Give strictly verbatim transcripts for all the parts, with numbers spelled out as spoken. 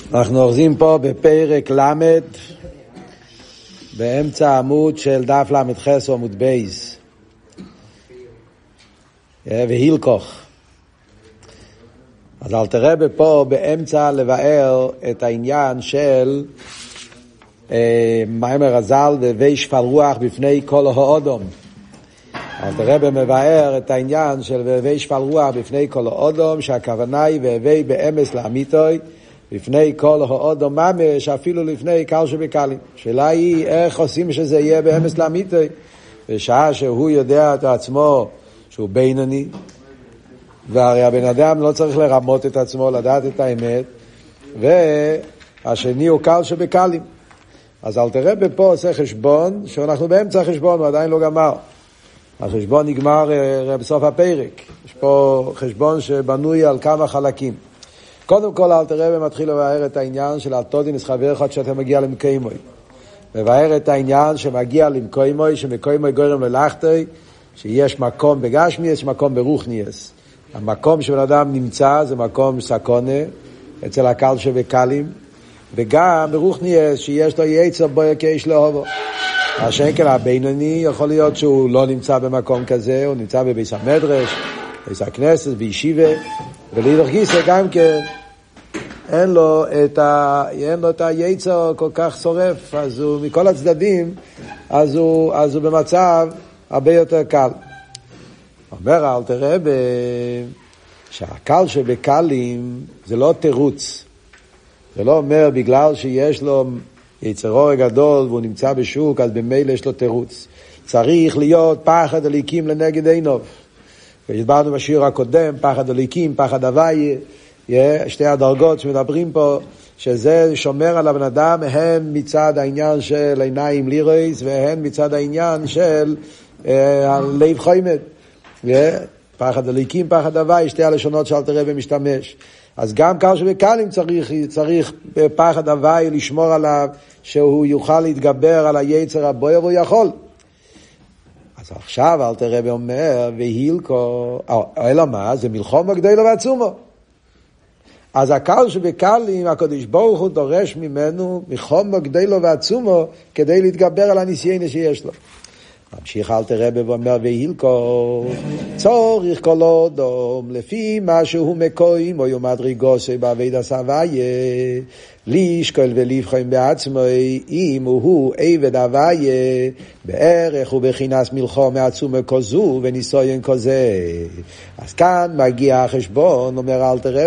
אנחנו אוחזים פה בפרק למד, באמצע העמוד של דף למד חס או עמוד בייס, והילקוך. אז אל תראה פה באמצע לבאר את העניין של מיימר הזל והווי שפל רוח בפני כל האודום. אל תראה במבאר את העניין של והווי שפל רוח בפני כל האודום, שהכוונה היא והווי באמס לאמיתוי לפני כל האודום ממש, אפילו לפני קל שבקלים. שאלה היא איך עושים שזה יהיה באמס לאמיתוי, בשעה שהוא יודע את עצמו שהוא בינוני, והרי הבן אדם לא צריך לרמות את עצמו, לדעת את האמת, והשני הוא קל שבקלים. אז אל תראה בפה עושה חשבון שאנחנו באמצע החשבון, הוא עדיין לא גמר. החשבון נגמר בסוף הפרק. יש פה חשבון שבנוי על כמה חלקים. קודם כל אל תראה ומתחיל לבאר את העניין של התודין חבר אחד שאתה מגיע למקיימוי. לבאר את העניין שמגיע למקיימוי, שמקיימוי גורם ללחתוי, שיש מקום בגשמי, יש מקום ברוחניאס. המקום שבן אדם נמצא זה מקום סקונה, אצל הקל שבקלים, וגם ברוחניאס שיש לו יצר בו כאיש לאהובו. השקל הבינוני יכול להיות שהוא לא נמצא במקום כזה, הוא נמצא בביס המדרש, ביס הכנסת, בישיבה, ולהידור גיסא גם כן, אין לו את ה... אין לו את היצר כל כך שורף, אז הוא מכל הצדדים, אז הוא, אז הוא במצב הרבה יותר קל. אומר אל תראה ב... שהקל שבקלים זה לא תירוץ. זה לא אומר בגלל שיש לו יצר אור גדול והוא נמצא בשוק, אז במילא יש לו תירוץ. צריך להיות פחד הליקים לנגד עיניו. והסברנו בשיעור הקודם, פחד הליקים, פחד הוויה, שתי הדרגות שמדברים פה, שזה שומר על הבן אדם, הן מצד העניין של עיניים לירויס, והן מצד העניין של אה, לב חיימד. פחד הליקים, פחד הוויה, שתי הלשונות שאל תראה במשתמש. אז גם קל שבקלים צריך, צריך פחד הוויה לשמור עליו, שהוא יוכל להתגבר על היצר הבויר, והוא יכול. אז עכשיו אל תראה ואומר, והילקו, אלא מה? זה מלחום גדולה ועצומו. אז הקל שבקלים, הקדוש ברוך הוא דורש ממנו, מלחום גדולה ועצומו, כדי להתגבר על הניסיון שיש לו. ממשיך אל תראה ואומר, והילקו, צורך כל אודום, לפי מה שהוא מקוים, או יומד ריגוסי בעבד הסוויה, לישקול ולבחון בעצמו, אם הוא עבד הוויה, בערך ובחינס מלחום מעצום כזו וניסויין כזה. אז כאן מגיע החשבון, אומר אל תראה,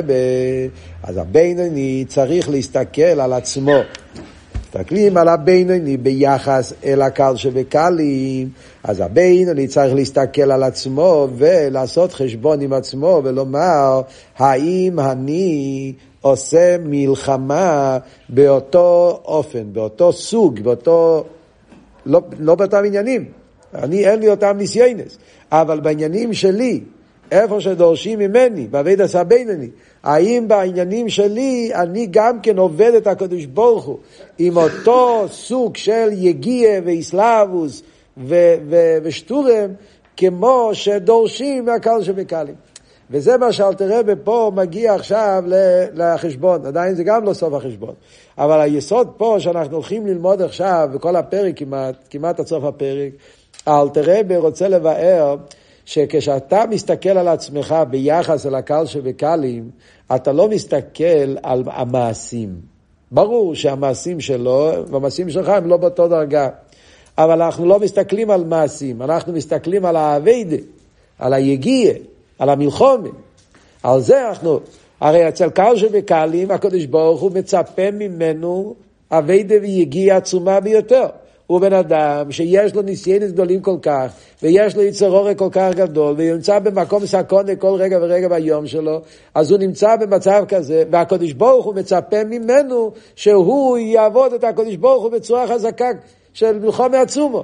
אז הבינוני צריך להסתכל על עצמו. מסתכלים על הבינוני ביחס אל הקל שבקלים, אז הבינוני צריך להסתכל על עצמו ולעשות חשבון עם עצמו ולומר, האם אני עושה מלחמה באותו אופן, באותו סוג, באותו, לא, לא באותם עניינים. אני אין לי אותם ניסיונס, אבל בעניינים שלי, איפה שדורשים ממני, בעבד עשה בינוני, האם בעניינים שלי אני גם כן עובד את הקדוש ברוך הוא עם אותו סוג של יגיע ואסלאבוס ו- ו- ושטורם כמו שדורשים מהקל שבקלים. וזה מה שאל תראה בפה מגיע עכשיו לחשבון. עדיין זה גם לא סוף החשבון, אבל היסוד פה שאנחנו הולכים ללמוד עכשיו בכל הפרק, כמעט, כמעט עד סוף הפרק, אל תראה רוצה לבאר שכשאתה מסתכל על עצמך ביחס אל הקל שבקלים, אתה לא מסתכל על המעשים. ברור שהמעשים שלו והמעשים שלך הם לא באותו דרגה. אבל אנחנו לא מסתכלים על מעשים, אנחנו מסתכלים על העבד, על היגיע, על המלחומה. על זה אנחנו, הרי אצל קל שבקלים, הקדוש ברוך הוא מצפה ממנו עבד ויגיע עצומה ביותר. הוא בן אדם שיש לו ניסיונות גדולים כל כך, ויש לו יצר אור כל כך גדול, והוא נמצא במקום סכנה כל רגע ורגע ביום שלו, אז הוא נמצא במצב כזה, והקדוש ברוך הוא מצפה ממנו שהוא יעבוד את הקדוש ברוך הוא בצורה חזקה של מלחמה עצומו.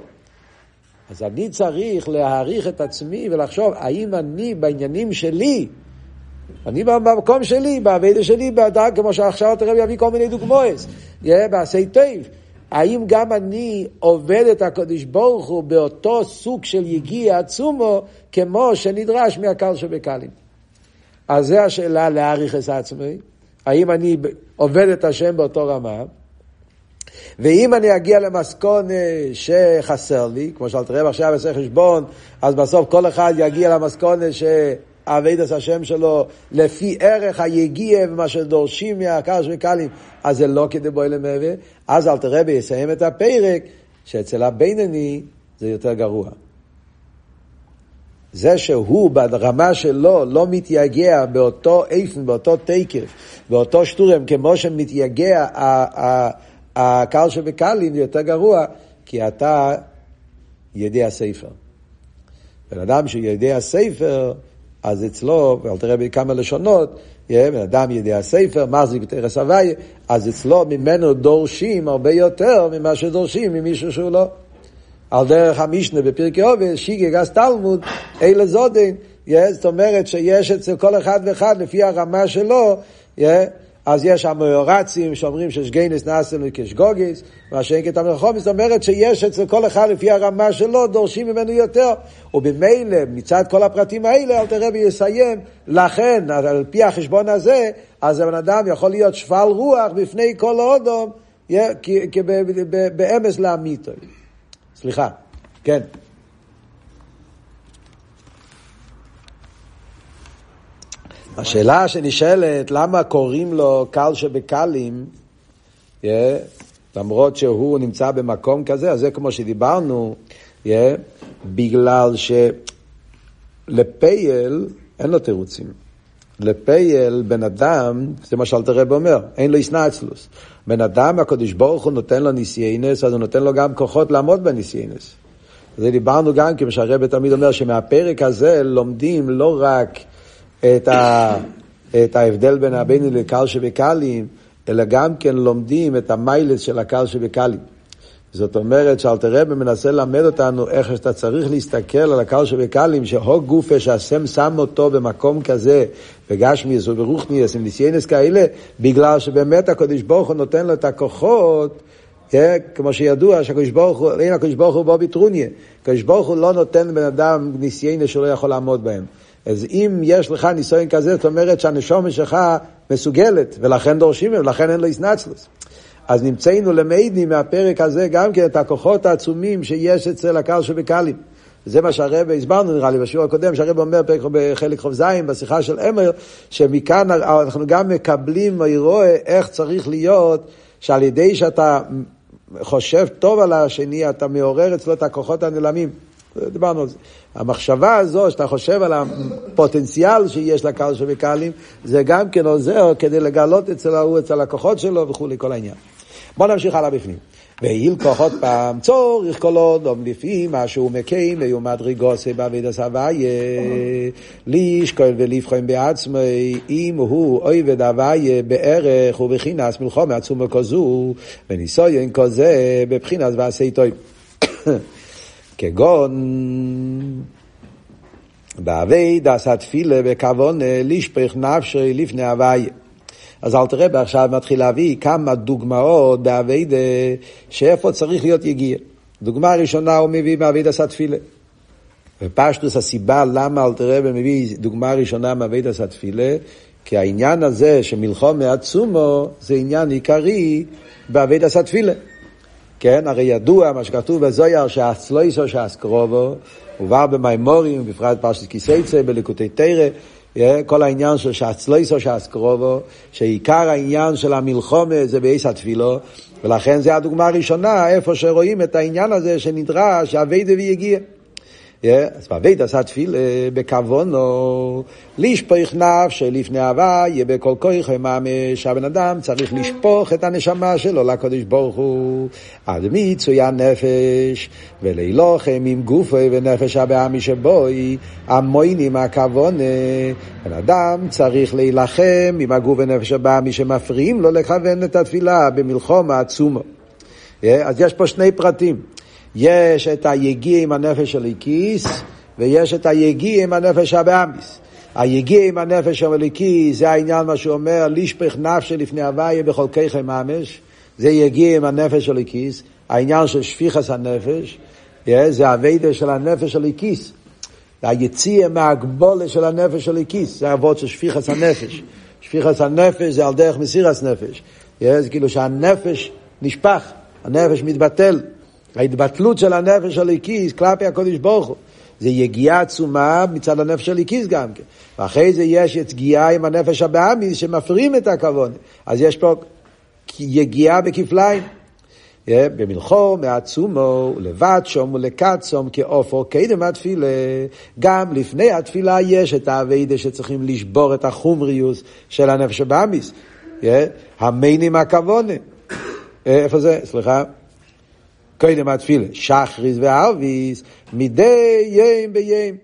אז אני צריך להעריך את עצמי ולחשוב, האם אני בעניינים שלי, אני במקום שלי, בעבודה שלי, באדם, כמו שעכשיו תראה יביא כל מיני דוגמאות, יהיה בעשי טוב, האם גם אני עובד את הקדוש ברוך הוא באותו סוג של יגיע עצומו כמו שנדרש מהקל שבקלים? אז זה השאלה להעריך את עצמי, האם אני עובד את השם באותו רמה, ואם אני אגיע למסקונה שחסר לי, כמו שאלת רב עכשיו עושה חשבון, אז בסוף כל אחד יגיע למסקונה שעבודת השם שלו לפי ערך היגיע ומה שדורשים מהקדוש וקלים, אז זה לא כדי בוא למעבה. אז אלתר רבי יסיים את הפרק שאצל הבינוני זה יותר גרוע. זה שהוא ברמה שלו לא מתייגע באותו איפן, באותו תקף, באותו שטורם, כמו שמתייגע הקל שבקלים, זה יותר גרוע, כי אתה ידע הספר. בן אדם שידע הספר, אז אצלו, ואל תראה בכמה לשונות, בן אדם ידע הספר, מחזיק בתרס הוויה, אז אצלו ממנו דורשים הרבה יותר ממה שדורשים ממישהו שהוא לא. על דרך המשנה בפרקי אובס, שיגי גס תלמוד, אלה זודין, זאת אומרת שיש אצל כל אחד ואחד לפי הרמה שלו, אז יש המאורצים שאומרים ששגיינס נעשה לו כשגוגס, מה שאין כתם לחום, זאת אומרת שיש אצל כל אחד לפי הרמה שלו, דורשים ממנו יותר, ובמילא מצד כל הפרטים האלה, אל תראה ויסיים, לכן, על פי החשבון הזה, אז הבן אדם יכול להיות שפל רוח בפני כל האודום, באמס לאמיתו. סליחה, כן. השאלה שנשאלת, למה קוראים לו קל שבקלים, yeah, למרות שהוא נמצא במקום כזה, אז זה כמו שדיברנו, yeah, בגלל שלפייל אין לו תירוצים. לפייל בן אדם, זה מה שאלתר רבי אומר, אין לו ישנצלוס. בן אדם, הקדוש ברוך הוא נותן לו ניסיינס, אז הוא נותן לו גם כוחות לעמוד בניסיינס. זה דיברנו גם, כמו שהרבי תמיד אומר, שמהפרק הזה לומדים לא רק את, ה, את ההבדל בין הבינוני לקל שבקלים, אלא גם כן לומדים את המיילס של הקל שבקלים. זאת אומרת שאלתר רבי מנסה ללמד אותנו איך שאתה צריך להסתכל על הקל שבקלים, שהוא גופה שהשם שם אותו במקום כזה, בגשמיאס וברוחניאס, עם ניסיינס כאלה, בגלל שבאמת הקדוש ברוך הוא נותן לו את הכוחות, כמו שידוע שהקדוש ברוך הוא, אין הקדוש ברוך הוא בו ביטרוניה, הקדוש ברוך הוא לא נותן לבן אדם ניסיינס שלא יכול לעמוד בהם. אז אם יש לך ניסיון כזה, זאת אומרת שהנשמה שלך מסוגלת, ולכן דורשים, ולכן אין לו ישנצלוס. אז נמצאנו למעידים מהפרק הזה גם כן את הכוחות העצומים שיש אצל הקל שבקלים. זה מה שהרבי הסברנו נראה לי בשיעור הקודם, שהרבי אומר בחלק חוב זין, בשיחה של אמר, שמכאן אנחנו גם מקבלים ורואה איך צריך להיות, שעל ידי שאתה חושב טוב על השני, אתה מעורר אצלו את הכוחות הנעלמים. דיברנו על זה. המחשבה הזו שאתה חושב על הפוטנציאל שיש לקל שבקלים, זה גם כן עוזר כדי לגלות אצל ההוא, אצל הכוחות שלו וכו' כל העניין. בוא נמשיך הלאה בפנים. והיל כוחות פעם צורך כל אדם לפי מה שהוא מקיים ויהיו מדרגות בעבודת הוויה לשקול ולבחון בעצמי אם הוא עובד הוויה בערך ובחינס מלחמה עצומה כזו וניסיון כזה בבחינס ועשה טוב כגון בעבודת התפילה בכוון לשפוך נפשי לפני הוויה. אז אל תראה עכשיו מתחיל להביא כמה דוגמאות בעבודה שאיפה צריך להיות יגיע. דוגמה ראשונה הוא מביא בעבודת התפילה. ופשטוס הסיבה למה אל תראה מביא דוגמה ראשונה בעבודת התפילה, כי העניין הזה שמלחמה עצומו זה עניין עיקרי בעבודת התפילה. כן, הרי ידוע מה שכתוב בזויר שהצלויסו שהסקרובו, הובא במימורים, בפרט פרשת כיסייצה, בליקוטי תורה, כל העניין של שהצלויסו שהסקרובו, שעיקר העניין של המלחמה זה בעיס התפילו, ולכן זה הדוגמה הראשונה, איפה שרואים את העניין הזה שנדרש, עבודה ויגיע. אז בעבודת התפילה בכוונו לשפוך נפשי לפני הוויה בכל כוח ממש. הבן אדם צריך לשפוך את הנשמה שלו לקדוש ברוך הוא עד מצוין נפש ולהילחם עם גופי ונפש הבאמי שבוי המוינים הכוונה. בן אדם צריך להילחם עם הגוף ונפש הבאמי שמפריעים לו לכוון את התפילה במלחמה עצומה. אז יש פה שני פרטים, יש את היגיע עם הנפש של הליקיס, ויש את היגיע עם הנפש הבאמיס. היגיע עם הנפש של הליקיס, זה העניין מה שהוא אומר, לשפך נפשי לפני הוויה בכל כיחי ממש, זה יגיע עם הנפש של הליקיס, העניין של שפיחס הנפש, זה הווידה של הנפש של הליקיס, היציאה מהגבולה של הנפש של הליקיס, זה העבוד של שפיחס הנפש, שפיכת הנפש זה על דרך מסירת נפש. זה כאילו שהנפש נשפך, הנפש מתבטל. ההתבטלות של הנפש הליקיס כלפי הקודש ברוך הוא. זה יגיעה עצומה מצד הנפש הליקיס גם כן. ואחרי זה יש יגיעה עם הנפש הבאמיס שמפרים את הכוון. אז יש פה יגיעה בכפליים. במלחו, מעצומו, לבד שום ולקצום כאופו, קדם התפילה. גם לפני התפילה יש את העבודה שצריכים לשבור את החומריוס של הנפש הבאמיס. המיינים הכוונה. איפה זה? סליחה. קודם התפילה, שחריס וערביס, מדי יום ביום.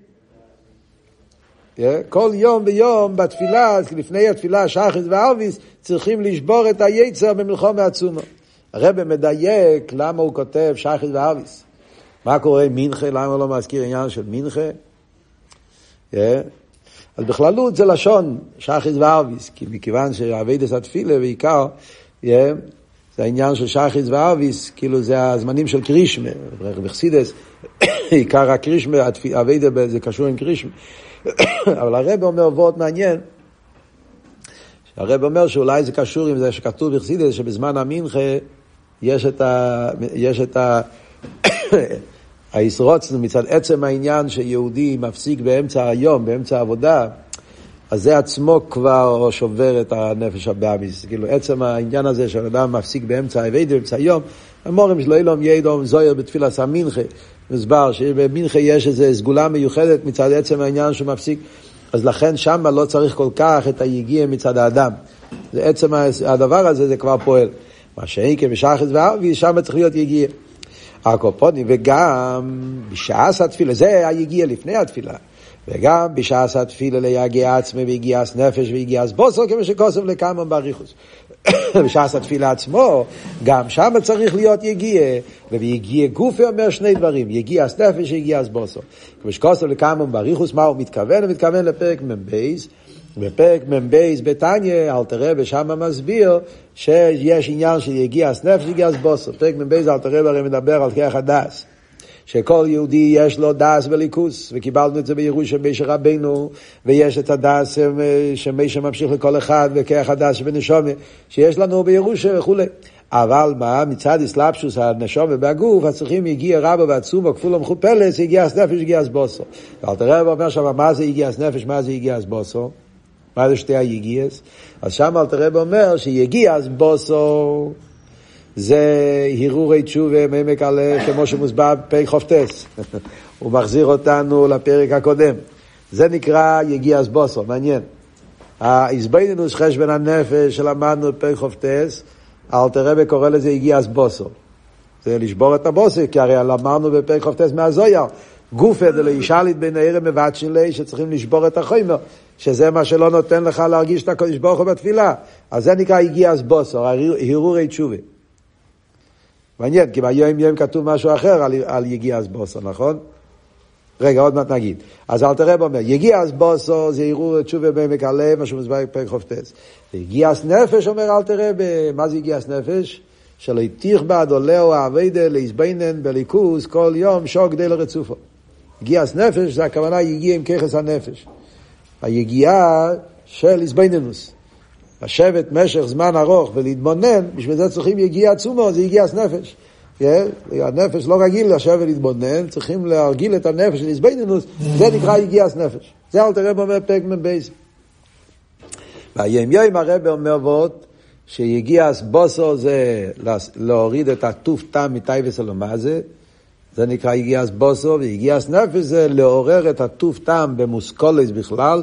כל יום ביום בתפילה, לפני התפילה, שחריס וערביס, צריכים לשבור את היצר במלחום מעצומו. הרב מדייק למה הוא כותב שחריס וערביס. מה קורה עם מנחה? למה הוא לא מזכיר עניין של מנחה? אז בכללות זה לשון שחריס וערביס, כי מכיוון שעבודת התפילה בעיקר, זה העניין של שחריס וערביס, כאילו זה הזמנים של קרישמה, בחסידות, עיקר הקרישמה, עבודה זה קשור עם קרישמה. אבל הרב אומר וורט מעניין, הרב אומר שאולי זה קשור עם זה שכתוב בחסידות, שבזמן המנחה יש את ה... יש את ה... הישרוצנו מצד עצם העניין שיהודי מפסיק באמצע היום, באמצע העבודה, אז זה עצמו כבר שובר את הנפש הבאמיס. כאילו, עצם העניין הזה של אדם מפסיק באמצע העבודה, באמצע היום, אמורים שלא אילום ידום זויר בתפילת המנחה, מסבר שבמנחה יש איזו סגולה מיוחדת מצד עצם העניין שהוא מפסיק, אז לכן שם לא צריך כל כך את היגיע מצד האדם. זה עצם הדבר הזה, זה כבר פועל. מה שאין כמשחס וערבי, שם צריך להיות יגיע. הקופונים, וגם בשעס התפילה, זה היגיע לפני התפילה. וגם בשעס התפילה ליגיע עצמי ויגיעס נפש ויגיעס בוסו, כמו שכוסף לכמה בריחוס. בשעס התפילה עצמו, גם שם צריך להיות יגיע, וביגיע גופי אומר שני דברים, יגיעס נפש ויגיעס בוסו. כמו שכוסף לכמה בריחוס, מה הוא מתכוון? הוא מתכוון לפרק ממבייס, בפרק ממבייס בתניה, אל תראה ושם מסביר שיש עניין של יגיעס נפש ויגיעס בוסו. פרק ממבייס אל תראה הרי מדבר על כך הדס. שכל יהודי יש לו דאס בליכוס, וקיבלנו את זה בירושה ביש רבנו, ויש את הדאס שמשה ממשיך לכל אחד, וכך הדאס שבנשומה, שיש לנו בירושה וכו'. אבל מה, מצד אסלאפשוס הנשומה בהגוף, אז צריכים יגיע רבא ועצומו, כפול ומכופלת, יגיע הסנפש, יגיע הסבוסו. ואל תראה ואומר שם, מה זה יגיע הסנפש, מה זה יגיע הסבוסו? מה זה שתי היגיעס? אז שם אל תראה ואומר, שיגיע הסבוסו, זה הירורי תשובה מעמק הלב, כמו שמוסבר בפרק חופטס. הוא מחזיר אותנו לפרק הקודם. זה נקרא יגיעס בוסו, מעניין. ההסבינינוס חשבון הנפש שלמדנו בפרק חופטס, אל תראה קורא לזה יגיעס בוסו. זה לשבור את הבוסו, כי הרי למדנו בפרק חופטס מהזויר. גופה דלו ישאלית בין הערם מבטשין לי, שצריכים לשבור את החומר, שזה מה שלא נותן לך להרגיש את הקודש ברוך הוא בתפילה. אז זה נקרא יגיעס בוסו, הירורי תשובה. מעניין, כי ביום יום כתוב משהו אחר על, על יגיעס בוסו, נכון? רגע, עוד מעט נגיד. אז אל תראה באומר, יגיעס בוסו זה ערעור תשובה בעמק הלב, מה שמסבר בפרק חופטס. יגיעס נפש אומר אל תראה, מה זה יגיעס נפש? שלא יתיך בעד עולהו העבודה להסבינן בליכוס כל יום שוק די לרצופו. יגיעס נפש זה הכוונה יגיע עם ככס הנפש. היגיעה של הסביננוס. לשבת משך זמן ארוך ולהתבונן, בשביל זה צריכים יגיע עצומו, זה יגיע נפש. הנפש לא רגיל לשבת ולהתבונן, צריכים להרגיל את הנפש להסביננוס, זה נקרא יגיע נפש. זה אל תראה אומר פרק מבייס. והיום יום הרב אומר ועוד, שיגיע בוסו זה להוריד את הטוף טעם מטייבס אלומזה, זה נקרא יגיע בוסו, ויגיע נפש זה לעורר את הטוף טעם במוסקולס בכלל,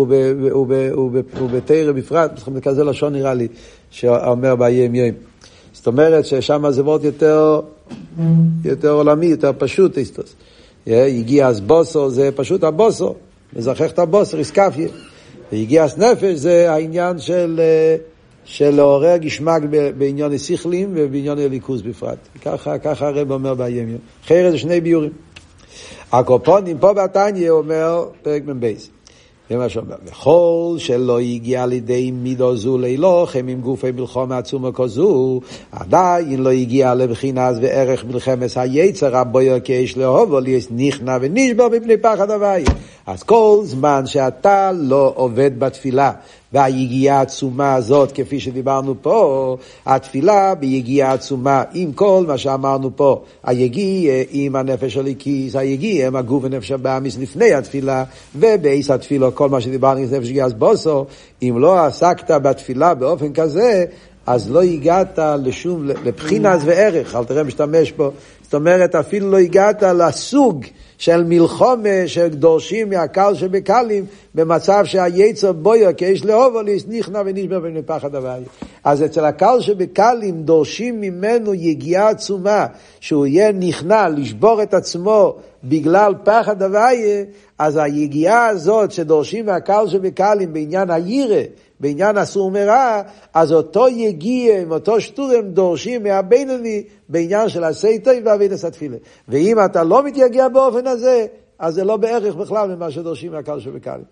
ובתאר בפרט, כזה לשון נראה לי, שאומר ביום יום. זאת אומרת ששם זה וורט יותר, יותר עולמי, יותר פשוט. יגיע אז בוסו, זה פשוט הבוסו, מזכח את הבוסו, ריסקפיה. ויגיע אז נפש, זה העניין של, של לעורר גשמק בעניין הסיכלים ובעניין הליכוס בפרט. ככה, ככה הרב אומר ביום יום. אחרי זה שני ביורים. הקופונים פה בתניה אומר פרק מבייס. ומה שאומר, וכל שלא הגיע לידי מידו זו לילוחם עם גופי מלחמה עצומה כזו, עדיין לא הגיע לבחינס וערך מלחמת היצר הבויר כאיש לאהוב, אבל יש נכנע ונשבר מפני פחד הוואי. אז כל זמן שאתה לא עובד בתפילה, והיגיעה העצומה הזאת, כפי שדיברנו פה, התפילה ביגיעה עצומה, עם כל מה שאמרנו פה, היגיע עם הנפש הליקיס, היגיע עם הגוף ונפש הבאמיס לפני התפילה, ובעיס התפילו, כל מה שדיברנו עם נפש גיאס בוסו, אם לא עסקת בתפילה באופן כזה, אז לא הגעת לשום, לבחינס וערך, אל תראה משתמש פה, זאת אומרת, אפילו לא הגעת לסוג של מלחומה שדורשים מהקל שבקלים, במצב שהיצר בויר כאיש לאובוליס, נכנע ונשבר ונפחד הוואי. אז אצל הקל שבקלים דורשים ממנו יגיעה עצומה, שהוא יהיה נכנע, לשבור את עצמו בגלל פחד הוואי, אז היגיעה הזאת שדורשים מהקל שבקלים בעניין הירא, בעניין אסור מרע, אז אותו יגיע עם אותו שטורם דורשים מהבינוני בעניין של עשי טוב ועבודת התפילה. ואם אתה לא מתייגע באופן הזה, אז זה לא בערך בכלל ממה שדורשים מהקל שבקלים.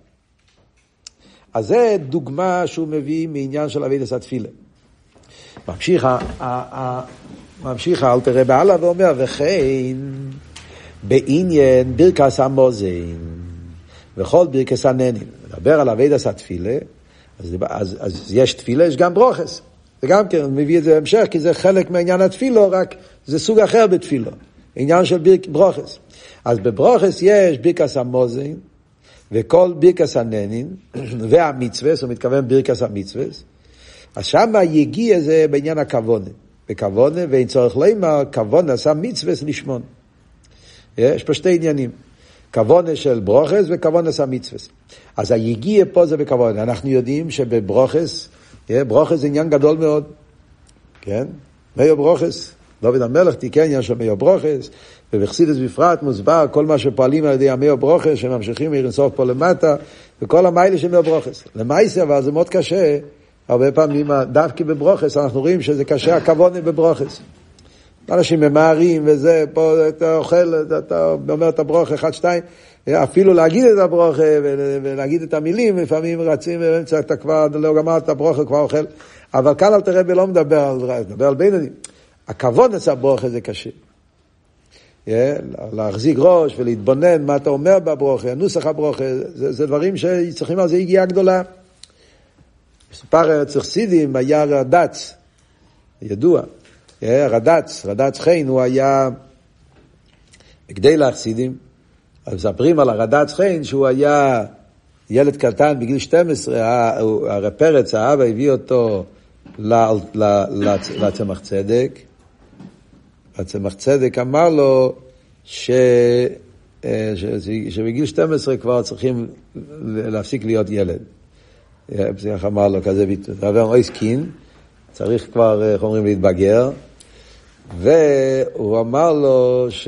אז זה דוגמה שהוא מביא מעניין של עבודת התפילה. ממשיך, ממשיך אל תראה בעלה ואומר, וכן בעניין ברכס המוזן וכל ברכס הננים. מדבר על עבודת התפילה, אז, אז, אז יש תפילה, יש גם ברוכס. זה גם כן, מביא את זה בהמשך, כי זה חלק מהעניין התפילו, רק זה סוג אחר בתפילו. עניין של ביר, ברוכס. אז בברוכס יש ברכס המוזן, וכל ברכס הננין, והמצווה, הוא מתכוון ברכס המצווה. אז שם יגיע זה בעניין הכוונה. בכוונה, ואין צורך לומר, כוונה עשה מצווה לשמון. יש פה שתי עניינים. כוונה של ברוכס וכוונה עשה מצווה. אז היגיע פה זה בכוונה. אנחנו יודעים שבברוכס, ברוכס זה עניין גדול מאוד. כן? מאיו ברוכס. דוד המלך תיקן עניין של מאיו ברוכס, ובחסידות בפרט מוסבר כל מה שפועלים על ידי המאיו ברוכס, שממשיכים מאינסוף פה למטה, וכל המיילה של מאיו ברוכס. למעשה, אבל זה מאוד קשה, הרבה פעמים דווקא בברוכס, אנחנו רואים שזה קשה הכוונה בברוכס. אנשים ממהרים וזה, פה אתה אוכל, אתה אומר את הברוך אחד, שתיים, אפילו להגיד את הברוך ולהגיד את המילים, לפעמים רצים באמצע, אתה כבר לא גמר את הברוך, כבר אוכל. אבל כאן אל תראה ולא מדבר על זה, מדבר על בינוני. הכבוד נעשה ברוך זה קשה. להחזיק ראש ולהתבונן מה אתה אומר בברוך, הנוסח הברוך, זה, זה דברים שצריכים על זה הגיעה גדולה. מספר צחסידים היה רדץ, ידוע. רדץ, רדץ חין, הוא היה בגדי לחסידים, אז מספרים על הרדץ חין שהוא היה ילד קטן בגיל שתים עשרה, הרי פרץ האבא הביא אותו לצמח צדק, הצמח צדק אמר לו ש... שבגיל שתים עשרה כבר צריכים להפסיק להיות ילד. פסיך אמר לו כזה ביטוי, רבי אויס קין, צריך כבר, איך אומרים, להתבגר, והוא אמר לו ש...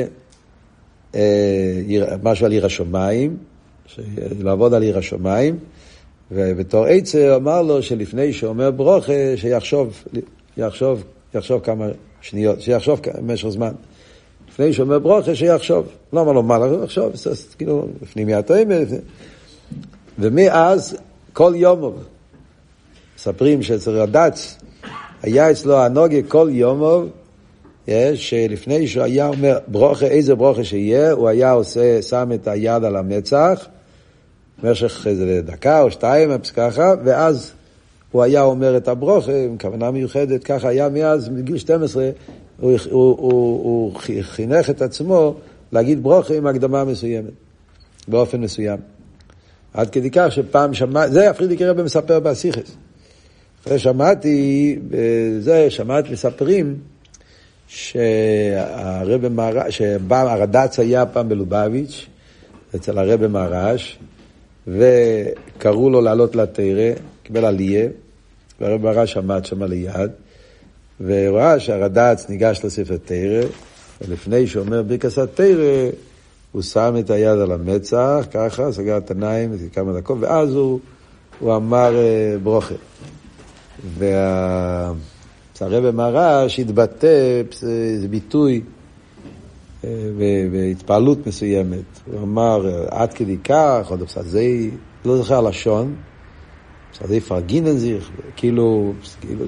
משהו על עיר השומיים, לעבוד על עיר השומיים, ובתור עצר אמר לו שלפני שאומר ברוכה, שיחשוב, יחשוב, יחשוב כמה שניות, שיחשוב במשך זמן. לפני שאומר ברוכה, שיחשוב. לא אמר לו מה לחשוב, כאילו, לפני מיעתו אימא, ומאז כל יום, מספרים שאצל רדץ, היה אצלו הנוגה כל יום, שלפני שהוא היה אומר ברוכה, איזה ברוכה שיהיה, הוא היה עושה, שם את היד על המצח, במשך איזה דקה או שתיים, ככה, ואז הוא היה אומר את הברוכה, עם כוונה מיוחדת, ככה היה מאז, מגיל שתים עשרה, הוא, הוא, הוא, הוא חינך את עצמו להגיד ברוכה עם הקדמה מסוימת, באופן מסוים. עד כדי כך שפעם שמע, זה הפרידיק רבי מספר בשיחס. אחרי שמעתי, זה שמעתי מספרים, שהרבי מרש, שהרד"ץ היה פעם בלובביץ', אצל הרבי מרש, וקראו לו לעלות לתורה, קיבל עלייה, והרבי מרש עמד שם ליד, וראה שהרד"ץ ניגש לספר תורה, ולפני שאומר ברכת התורה, הוא שם את היד על המצח, ככה, סגר את העיניים, כמה דקות, ואז הוא, הוא אמר ברוכה. והרבי מרש התבטא, זה ביטוי, בהתפעלות מסוימת. הוא אמר, עד כדי כך, עוד פסזי, לא זוכר לשון, פסזי פרגינן זיך, כאילו, כאילו,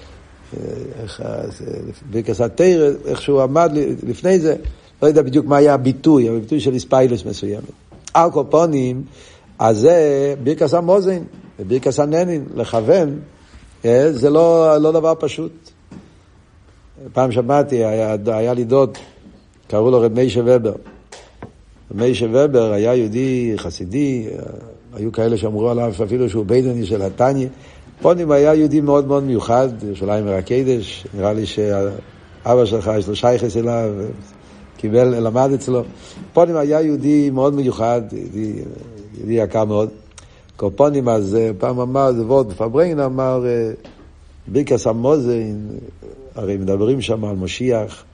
ברכת תורה, איך שהוא עמד לפני זה, לא יודע בדיוק מה היה הביטוי, הביטוי של הספיילוס מסוימת. על כל פנים, אז זה ברכת המוזן, בברכס הנהנין, לכוון, זה לא, לא דבר פשוט. פעם שמעתי, היה, היה לי דוד, קראו לו רב מיישה ובר. רב מיישה ובר היה יהודי חסידי, היו כאלה שאמרו עליו אפילו שהוא ביידני של התניא. פונים היה יהודי מאוד מאוד מיוחד, ירושלים עיר הקודש, נראה לי שאבא שלך יש לו שייכס אליו, קיבל, למד אצלו. פונים היה יהודי מאוד מיוחד, יהודי, יהודי יקר מאוד. קופונים, אז פעם אמר, זה וורד פברין, אמר, ברכס המוזן, הרי מדברים שם על משיח,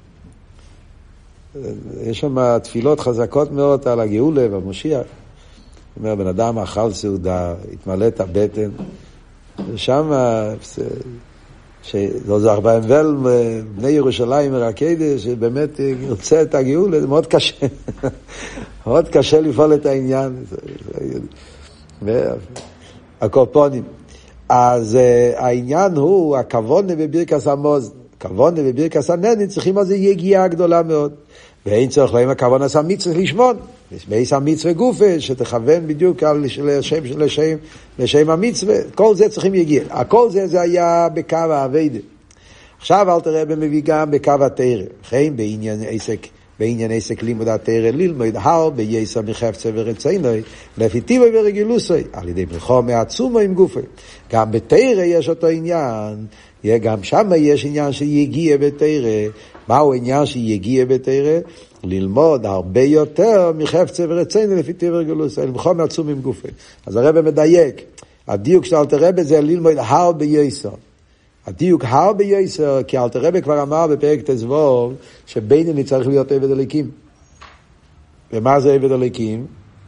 יש שם תפילות חזקות מאוד על הגאולה והמשיח. אומר, בן אדם אכל סעודה, התמלא את הבטן, ושם, שזה זה ארבעים ול, בני ירושלים מרקדה, שבאמת יוצא את הגאולה, זה מאוד קשה. מאוד קשה לפעול את העניין. הקופונים. אז העניין הוא, הכוונה בברכס המוזן, הכוונה בברכס הנהנין, צריכים על זה יגיעה גדולה מאוד. ואין צורך להם הכוונה עשה מצווה לשמון. יש המצווה גופה, שתכוון בדיוק על לשם, לשם, לשם המצווה. כל זה צריכים יגיע. הכל זה, זה היה בקו העבודה. עכשיו אל תראה במביא גם בקו התורה. לכן בעניין עסק, בעניין עסק לימוד התורה ללמוד הר בייסר מחפצה ורצינו, לפי טיבו ורגילוסו, על ידי מלחום מעצומו עם גופה. גם בתורה יש אותו עניין, גם שם יש עניין שיגיע בתורה. מהו העניין שיגיע בתורה? ללמוד הרבה יותר מחפצה ורצינו לפי טיבו ורגילוסו, מלחום מעצומו עם גופה. אז הרב מדייק, הדיוק של אלתר רבי זה ללמוד הר בייסר. הדיוק הר בייסר, כי אלתר רבי כבר אמר בפרק תזבוב, שבינני צריך להיות עבד הליקים. ומה זה עבד הליקים?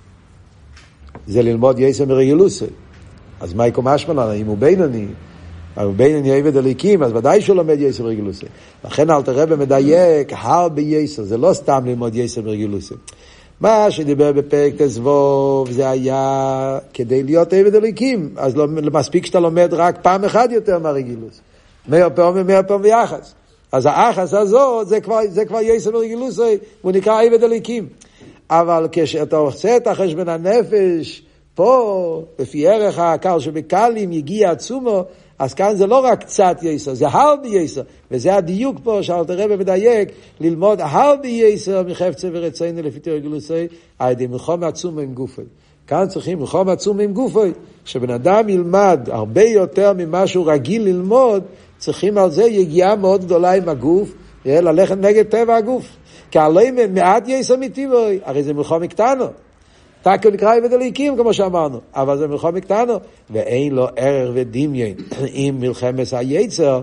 זה ללמוד יסר מרגילוסי. אז מה יקום אשמלן? אם הוא בינני, אבל בינני עבד הליקים, אז ודאי שהוא לומד יסר מרגילוסי. לכן אלתר רבי מדייק, הר בייסר, זה לא סתם ללמוד יסר מרגילוסי. מה שדיבר בפרק תזבוב זה היה כדי להיות עבד הליקים, אז לא מספיק שאתה לומד רק פעם אחת יותר מהרגילוס, מאה פעם ומאה פעם ויחס. אז האחס הזאת זה כבר, זה כבר יסר מרגילוס, הוא נקרא עבד הליקים. אבל כשאתה עושה את החשבון הנפש פה, לפי ערך העקר שבקלים יגיע עצומו, אז כאן זה לא רק קצת יסר, זה הרבה יסר, וזה הדיוק פה שאלתר רבי מדייק, ללמוד הרבה יסר מחפצה ורצינו לפי טיבו ורגילוסו, על ידי מלחום עצום עם גופי. כאן צריכים מלחום עצום עם גופי, שבן אדם ילמד הרבה יותר ממה שהוא רגיל ללמוד, צריכים על זה יגיעה מאוד גדולה עם הגוף, ללכת נגד טבע הגוף. כי עלי מעט יסר מטיבו, הרי זה מלחום קטנו. תקו נקרא עבד הליקים, כמו שאמרנו, אבל זה מלחמה קטנה, ואין לו ערך ודמיין. אם מלחמת היצר,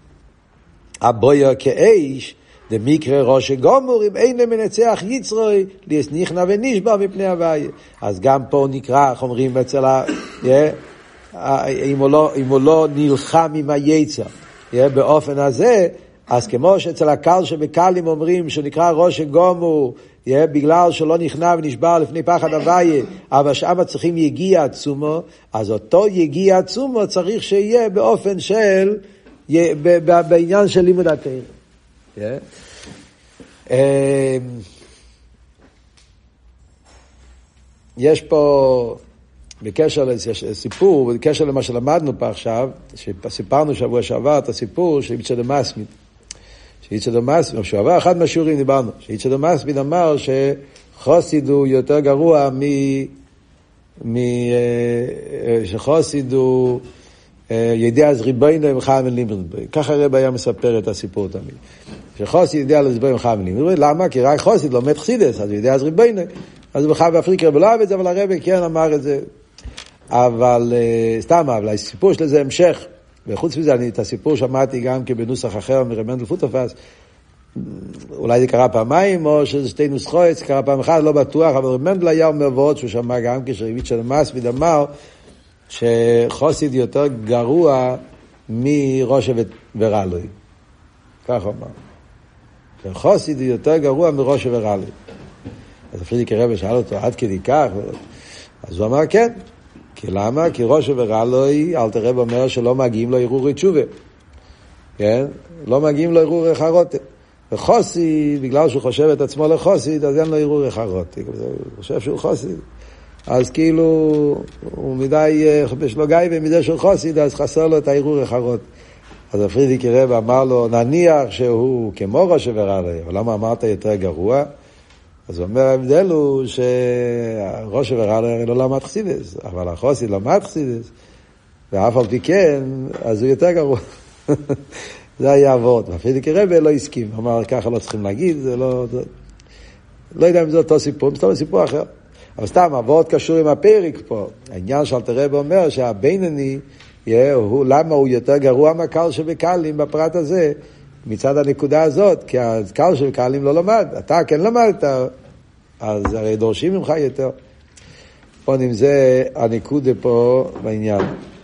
הבויר כאש, דמיקרא ראש גומור, אם אין מנצח יצרוי, ליס נכנע ונשבע מפני הוויה. אז גם פה נקרא, אומרים אצל ה... אם הוא לא, אם הוא לא נלחם עם היצר, באופן הזה, אז כמו שאצל הקל שבקלים אומרים, שנקרא ראש גומור, יהיה בגלל שלא נכנע ונשבר לפני פחד הוויה, אבל שם צריכים יגיע עצומו, אז אותו יגיע עצומו צריך שיהיה באופן של, בעניין של לימוד התורה. יש פה, בקשר לסיפור, בקשר למה שלמדנו פה עכשיו, שסיפרנו שבוע שעבר את הסיפור של יצחק דמאסמית. שיצחק דמאסמית, שעבר אחד מהשיעורים דיברנו, שיצחק דמאסמית אמר שחסיד הוא יותר גרוע מ... מ... שחסיד הוא ידיע אז ריבונו עם חיים לימרנברג. ככה הרב היה מספר את הסיפור תמיד. שחסיד ידיע אז ריבונו עם חיים לימרנברג. למה? כי רק חסיד לומד חסידס, אז ידיע אז ריבונו. אז הוא בחר באפריקה ולא אוהב את זה, אבל הרב כן אמר את זה. אבל סתם, אבל הסיפור של זה המשך. וחוץ מזה, אני את הסיפור שמעתי גם כבנוסח אחר מרב מנדל פוטרפס. אולי זה קרה פעמיים, או שזה שתי נוסחאות, זה קרה פעם אחת, לא בטוח, אבל רב מנדל היה אומר ועוד שהוא שמע גם כשריבית של המסמיד אמר שחסיד יותר גרוע מראש ורלוי. כך הוא אמר. שחסיד יותר גרוע מראש ורלוי. אז פרידיק הרב שאל אותו, עד כדי כך? אז הוא אמר כן. כי למה? כי ראש ורלוי, אלתר רב אומר שלא מגיעים לו ערעורי תשובה. כן? לא מגיעים לו ערעורי חרוטה. וחסיד, בגלל שהוא חושב את עצמו לחסיד, אז אין לו ערעורי חרוטה. הוא חושב שהוא חסיד. אז כאילו הוא מדי, יש לו גיא ומדי של חוסיד, אז חסר לו את העירור אחרות. אז הפרידיקי רב אמר לו, נניח שהוא כמו ראש ורעלה, אבל למה אמרת יותר גרוע? אז הוא אומר, ההבדל הוא שראש ורעלה הרי לא למד חסידס, אבל החוסיד למד חסידס, ואף על פי כן, אז הוא יותר גרוע. זה היה עבוד. הפרידיקי רב לא הסכים, אמר, ככה לא צריכים להגיד, זה לא... זה... לא יודע אם זה אותו סיפור, סתם סיפור אחר. אבל סתם, עבוד קשור עם הפרק פה. העניין של אלתר רבי אומר שהבינוני, הוא, למה הוא יותר גרוע מהקל שבקלים בפרט הזה, מצד הנקודה הזאת, כי הקל שבקלים לא למד. אתה כן למדת, אז הרי דורשים ממך יותר. פה נמצא הנקודה פה בעניין.